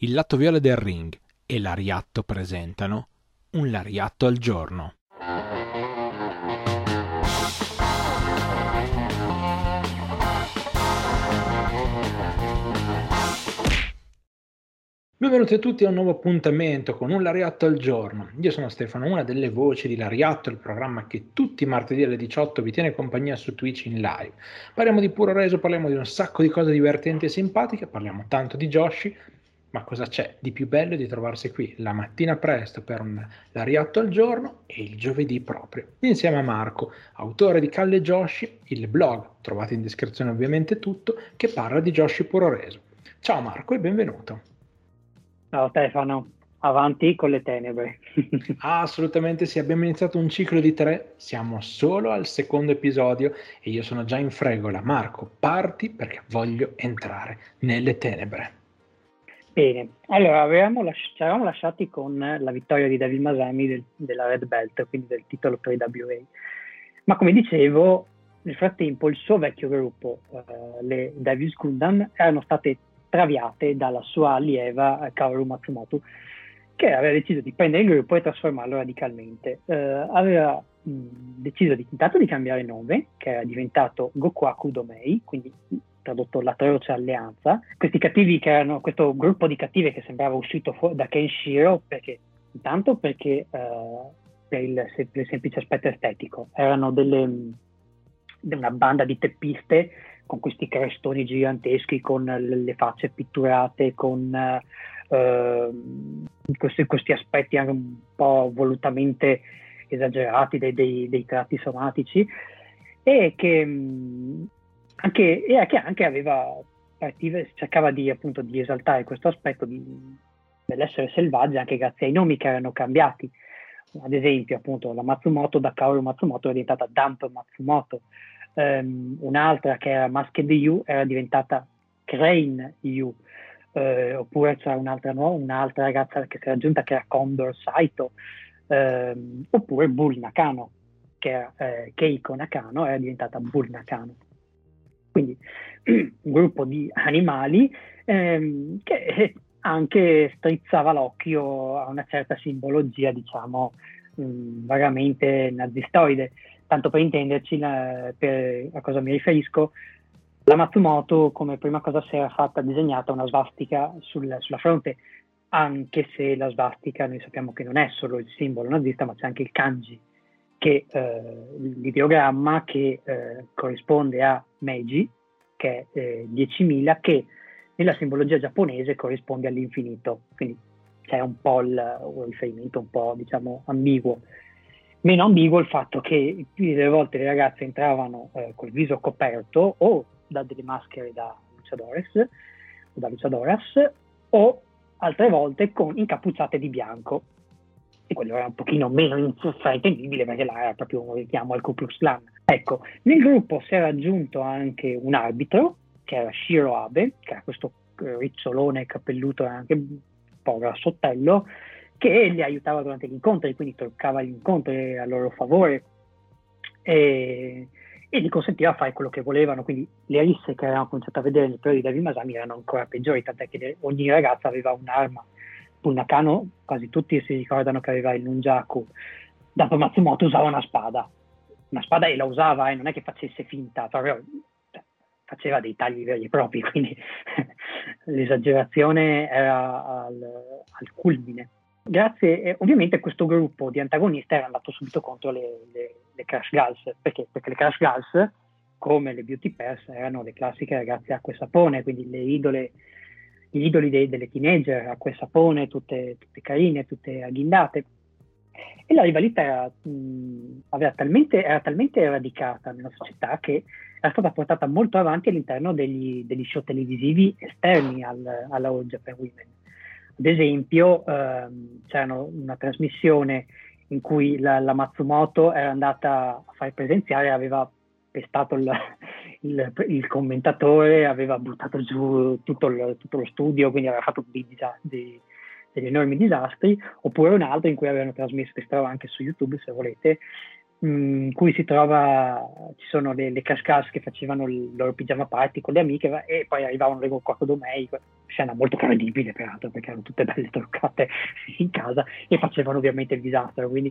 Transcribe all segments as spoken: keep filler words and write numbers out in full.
il lato viola del ring e l'Ariatto presentano Un Lariatto al giorno. Benvenuti a tutti a un nuovo appuntamento con Un Lariatto al giorno. Io sono Stefano, una delle voci di Lariatto, il programma che tutti i martedì alle diciotto vi tiene compagnia su Twitch in live. Parliamo di puro reso, parliamo di un sacco di cose divertenti e simpatiche, parliamo tanto di Joshi, ma cosa c'è di più bello di trovarsi qui la mattina presto per un Lariatto al giorno e il giovedì proprio, insieme a Marco, autore di Calle Joshi, il blog, trovate in descrizione ovviamente tutto, che parla di Joshi puro reso. Ciao Marco e benvenuto. Ciao Stefano, avanti con le tenebre. Ah, assolutamente sì, abbiamo iniziato un ciclo di tre, siamo solo al secondo episodio e io sono già in fregola. Marco, parti perché voglio entrare nelle tenebre. Bene, allora avevamo lasci- ci eravamo lasciati con la vittoria di David Masami del- della Red Belt, quindi del titolo per i W A. Ma come dicevo, nel frattempo il suo vecchio gruppo, eh, le Davis Gundam, erano state traviate dalla sua allieva eh, Kaoru Matsumoto, che aveva deciso di prendere il gruppo e trasformarlo radicalmente. Eh, aveva mh, deciso di, intanto di cambiare nome, che era diventato Gokuaku Domei, quindi tradotto l'atroce alleanza. Questi cattivi che erano, questo gruppo di cattivi che sembrava uscito fu- da Kenshiro, perché intanto perché eh, per, il, per il semplice aspetto estetico, erano delle, una banda di teppiste con questi crestoni giganteschi, con le, le facce pitturate, con eh, questi, questi aspetti anche un po' volutamente esagerati dei, dei, dei tratti somatici, e che mh, anche, e che anche aveva cercava di, appunto, di esaltare questo aspetto di, dell'essere selvaggi anche grazie ai nomi che erano cambiati. Ad esempio, appunto, la Matsumoto da Kaoru Matsumoto è diventata Dump Matsumoto, um, un'altra che era Masked Yu era diventata Crane Yu, uh, oppure c'era un'altra, no? un'altra ragazza che si era aggiunta che era Condor Saito, um, oppure Bull Nakano, che era eh, Keiko Nakano, era diventata Bull Nakano. Quindi un gruppo di animali ehm, che anche strizzava l'occhio a una certa simbologia, diciamo, mh, vagamente nazistoide. Tanto per intenderci, la, per, a cosa mi riferisco, la Matsumoto come prima cosa si era fatta disegnata una svastica sul, sulla fronte, anche se la svastica noi sappiamo che non è solo il simbolo nazista, ma c'è anche il kanji, che eh, l'ideogramma che eh, corrisponde a Meiji, che è eh, diecimila, che nella simbologia giapponese corrisponde all'infinito, quindi c'è un po' il, un riferimento un po', diciamo, ambiguo. Meno ambiguo il fatto che più delle volte le ragazze entravano eh, col viso coperto o da delle maschere da luchadores o da luchadoras, o altre volte con incappucciate di bianco, e quello era un pochino meno fraintendibile perché là era proprio un richiamo al Ku Klux Klan. Ecco, nel gruppo si era aggiunto anche un arbitro, che era Shiro Abe, che era questo ricciolone capelluto e anche un po' grassottello, che li aiutava durante gli incontri, quindi toccava gli incontri a loro favore e, e gli consentiva fare quello che volevano. Quindi le risse che avevamo cominciato a vedere nel periodo di David Masami erano ancora peggiori, tant'è che ogni ragazza aveva un'arma. Bull Nakano, quasi tutti si ricordano che aveva il nunjaku. Dopo Matsumoto usava una spada, una spada e la usava, e eh, non è che facesse finta, proprio faceva dei tagli veri e propri, quindi l'esagerazione era al, al culmine. Grazie, eh, ovviamente questo gruppo di antagonisti era andato subito contro le, le, le Crash Girls, perché? Perché le Crash Girls, come le Beauty Pairs, erano le classiche ragazze acqua e sapone, quindi le idole, gli idoli dei, delle teenager, acqua e sapone, tutte, tutte carine, tutte agghindate. E la rivalità era, mh, aveva talmente, era talmente radicata nella società che era stata portata molto avanti all'interno degli, degli show televisivi esterni al, alla All Japan Women. Ad esempio, ehm, c'era una trasmissione in cui la, la Matsumoto era andata a fare presenziare, aveva pestato il, il, il commentatore, aveva buttato giù tutto, il, tutto lo studio, quindi aveva fatto dei, dei, degli enormi disastri. Oppure un altro in cui avevano trasmesso, che stava anche su YouTube se volete, in cui si trova, ci sono le, le Cascas che facevano il loro pigiama party con le amiche e poi arrivavano le Goku Domei, scena molto credibile peraltro perché erano tutte belle truccate in casa e facevano ovviamente il disastro, quindi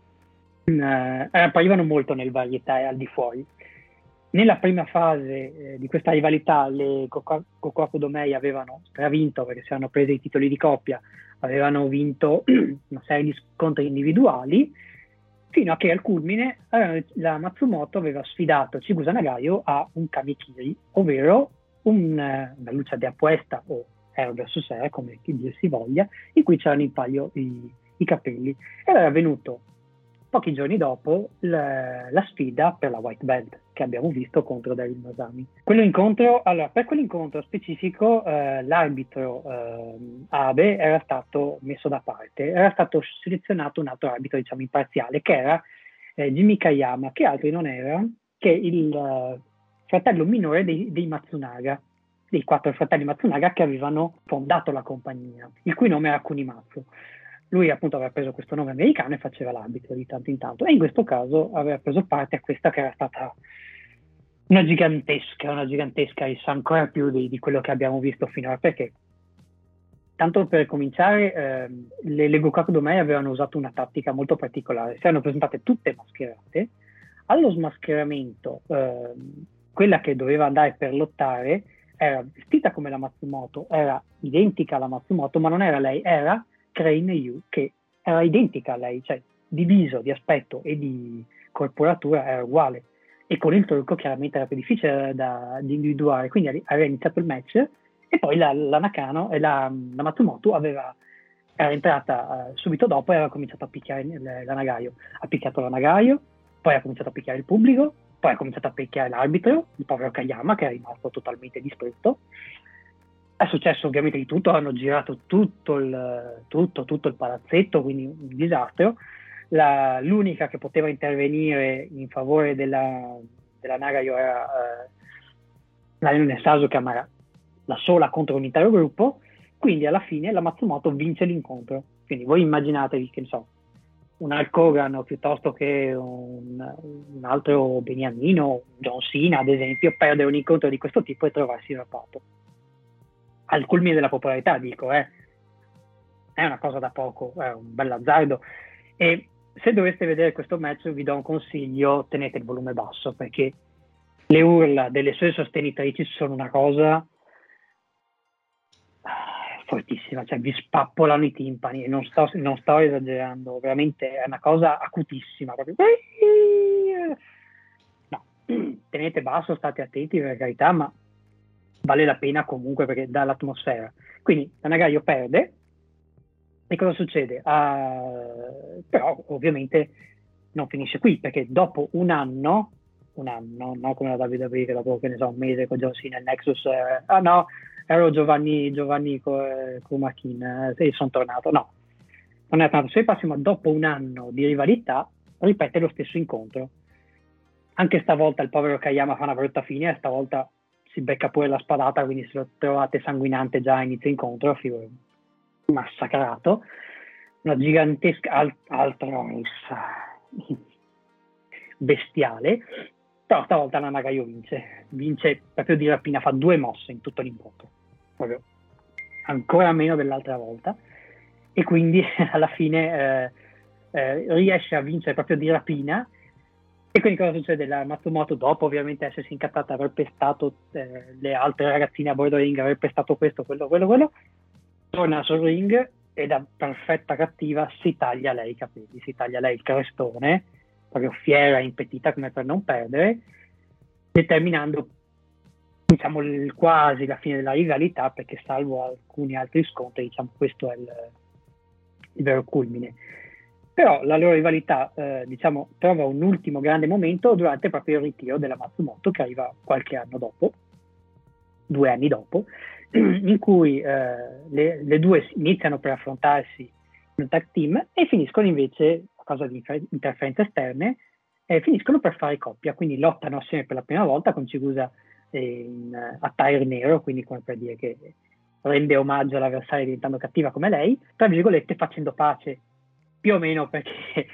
eh, apparivano molto nel varietà e al di fuori. Nella prima fase eh, di questa rivalità le Goku Domei avevano stravinto perché si erano presi i titoli di coppia, avevano vinto una serie di scontri individuali, fino a che al culmine eh, la Matsumoto aveva sfidato Chigusa Nagayo a un Kamikiri, ovvero un, una luce di apuesta o Hero versus Hero, come chi dir si voglia, in cui c'erano in palio i, i capelli. Ed era avvenuto pochi giorni dopo la, la sfida per la White Belt che abbiamo visto contro David Masami. Quell'incontro, allora, per quell'incontro specifico eh, l'arbitro eh, Abe era stato messo da parte, era stato selezionato un altro arbitro, diciamo, imparziale, che era eh, Jimmy Kayama, che altro non era che il uh, fratello minore dei, dei Matsunaga, dei quattro fratelli Matsunaga che avevano fondato la compagnia, il cui nome era Kunimatsu. Lui appunto aveva preso questo nome americano e faceva l'arbitro di tanto in tanto, e in questo caso aveva preso parte a questa che era stata una gigantesca, una gigantesca rissa, ancora più di, di quello che abbiamo visto finora, perché tanto per cominciare eh, le, le Gokaku Domei avevano usato una tattica molto particolare, si erano presentate tutte mascherate. Allo smascheramento eh, quella che doveva andare per lottare era vestita come la Matsumoto, era identica alla Matsumoto, ma non era lei, era Crane Yu, che era identica a lei, cioè diviso di aspetto e di corporatura era uguale, e con il trucco chiaramente era più difficile da, da individuare, quindi aveva iniziato il match e poi la, la Nakano e la, la Matsumoto aveva, era entrata uh, subito dopo e aveva cominciato a picchiare la, la Nagayo, ha picchiato la Nagayo, poi ha cominciato a picchiare il pubblico, poi ha cominciato a picchiare l'arbitro, il povero Kayama, che è rimasto totalmente distrutto. È successo ovviamente di tutto, hanno girato tutto il, tutto, tutto il palazzetto, quindi un disastro. La, l'unica che poteva intervenire in favore della, della Nagayo era eh, la Leone Sasuke, ma era la sola contro un intero gruppo, quindi alla fine la Matsumoto vince l'incontro. Quindi voi immaginatevi, che ne so, un Hulk Hogan piuttosto che un, un altro Beniamino, John Cena ad esempio, perdere un incontro di questo tipo e trovarsi rapato. Al culmine della popolarità, dico, eh. È una cosa da poco, è un bel azzardo. E se doveste vedere questo match vi do un consiglio: tenete il volume basso, perché le urla delle sue sostenitrici sono una cosa fortissima, cioè vi spappolano i timpani, e non sto, non sto esagerando, veramente è una cosa acutissima proprio. No, tenete basso, state attenti, per carità, ma vale la pena comunque perché dà l'atmosfera. Quindi la Nagayo perde, e cosa succede? Uh, però ovviamente non finisce qui, perché dopo un anno, un anno, no come la W W E che dopo, che ne so, un mese con John Cena e Nexus, eh, ah no, ero Giovanni, Giovanni Kumakin, eh, e sono tornato. No, non è tornato, se passiamo dopo un anno di rivalità, ripete lo stesso incontro. Anche stavolta il povero Kayama fa una brutta fine, e stavolta si becca pure la spadata, quindi se lo trovate sanguinante già a inizio incontro, massacrato. Una gigantesca alt- altra rissa bestiale, però stavolta la Nagayo vince, vince proprio di rapina, fa due mosse in tutto l'incontro, proprio ancora meno dell'altra volta, e quindi alla fine eh, eh, riesce a vincere proprio di rapina. E quindi cosa succede? La Matsumoto, dopo ovviamente essersi incazzata, aver pestato eh, le altre ragazzine a bordo ring, aver pestato questo, quello, quello, quello, torna sul ring e da perfetta cattiva si taglia lei i capelli, si taglia lei il crestone, proprio fiera e impettita come per non perdere, determinando, diciamo, il, quasi la fine della rivalità, perché salvo alcuni altri scontri, diciamo, questo è il, il vero culmine. Però la loro rivalità, eh, diciamo, trova un ultimo grande momento durante proprio il ritiro della Matsumoto, che arriva qualche anno dopo, due anni dopo, in cui eh, le, le due iniziano per affrontarsi in un tag team e finiscono invece, a causa di interferenze esterne, eh, finiscono per fare coppia, quindi lottano assieme per la prima volta con Chigusa eh, in uh, attire nero, quindi come per dire che rende omaggio all'avversaria diventando cattiva come lei, tra virgolette facendo pace, più o meno, perché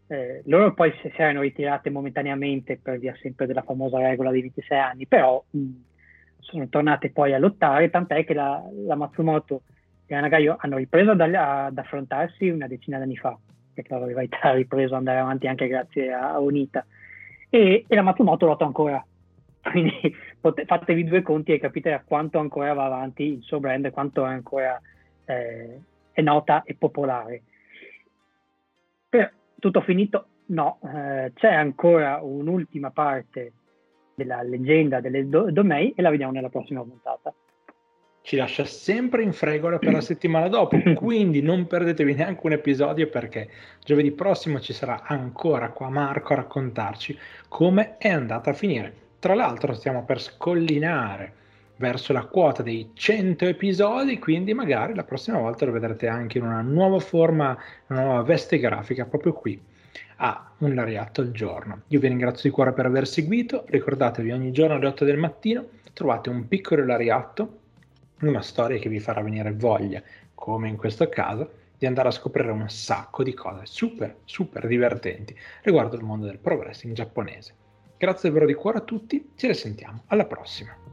eh, loro poi si, si erano ritirate momentaneamente per via sempre della famosa regola dei ventisei anni, però mh, sono tornate poi a lottare, tant'è che la, la Matsumoto e la Nagayo hanno ripreso ad, ad affrontarsi una decina d'anni fa, perché la rivalità ha ripreso ad andare avanti anche grazie a Onita, e, e la Matsumoto lotta ancora. Quindi pot- fatevi due conti e capite a quanto ancora va avanti il suo brand, quanto è ancora eh, è nota e popolare. Per tutto finito? No, eh, c'è ancora un'ultima parte della leggenda delle do- Domei e la vediamo nella prossima puntata. Ci lascia sempre in fregola per la settimana dopo, quindi non perdetevi neanche un episodio, perché giovedì prossimo ci sarà ancora qua Marco a raccontarci come è andata a finire. Tra l'altro stiamo per scollinare verso la quota dei cento episodi, quindi magari la prossima volta lo vedrete anche in una nuova forma, una nuova veste grafica proprio qui a Un Lariatto al Giorno. Io vi ringrazio di cuore per aver seguito, ricordatevi ogni giorno alle otto del mattino trovate un piccolo lariatto, una storia che vi farà venire voglia, come in questo caso, di andare a scoprire un sacco di cose super, super divertenti riguardo il mondo del pro wrestling giapponese. Grazie davvero di cuore a tutti, ci risentiamo alla prossima.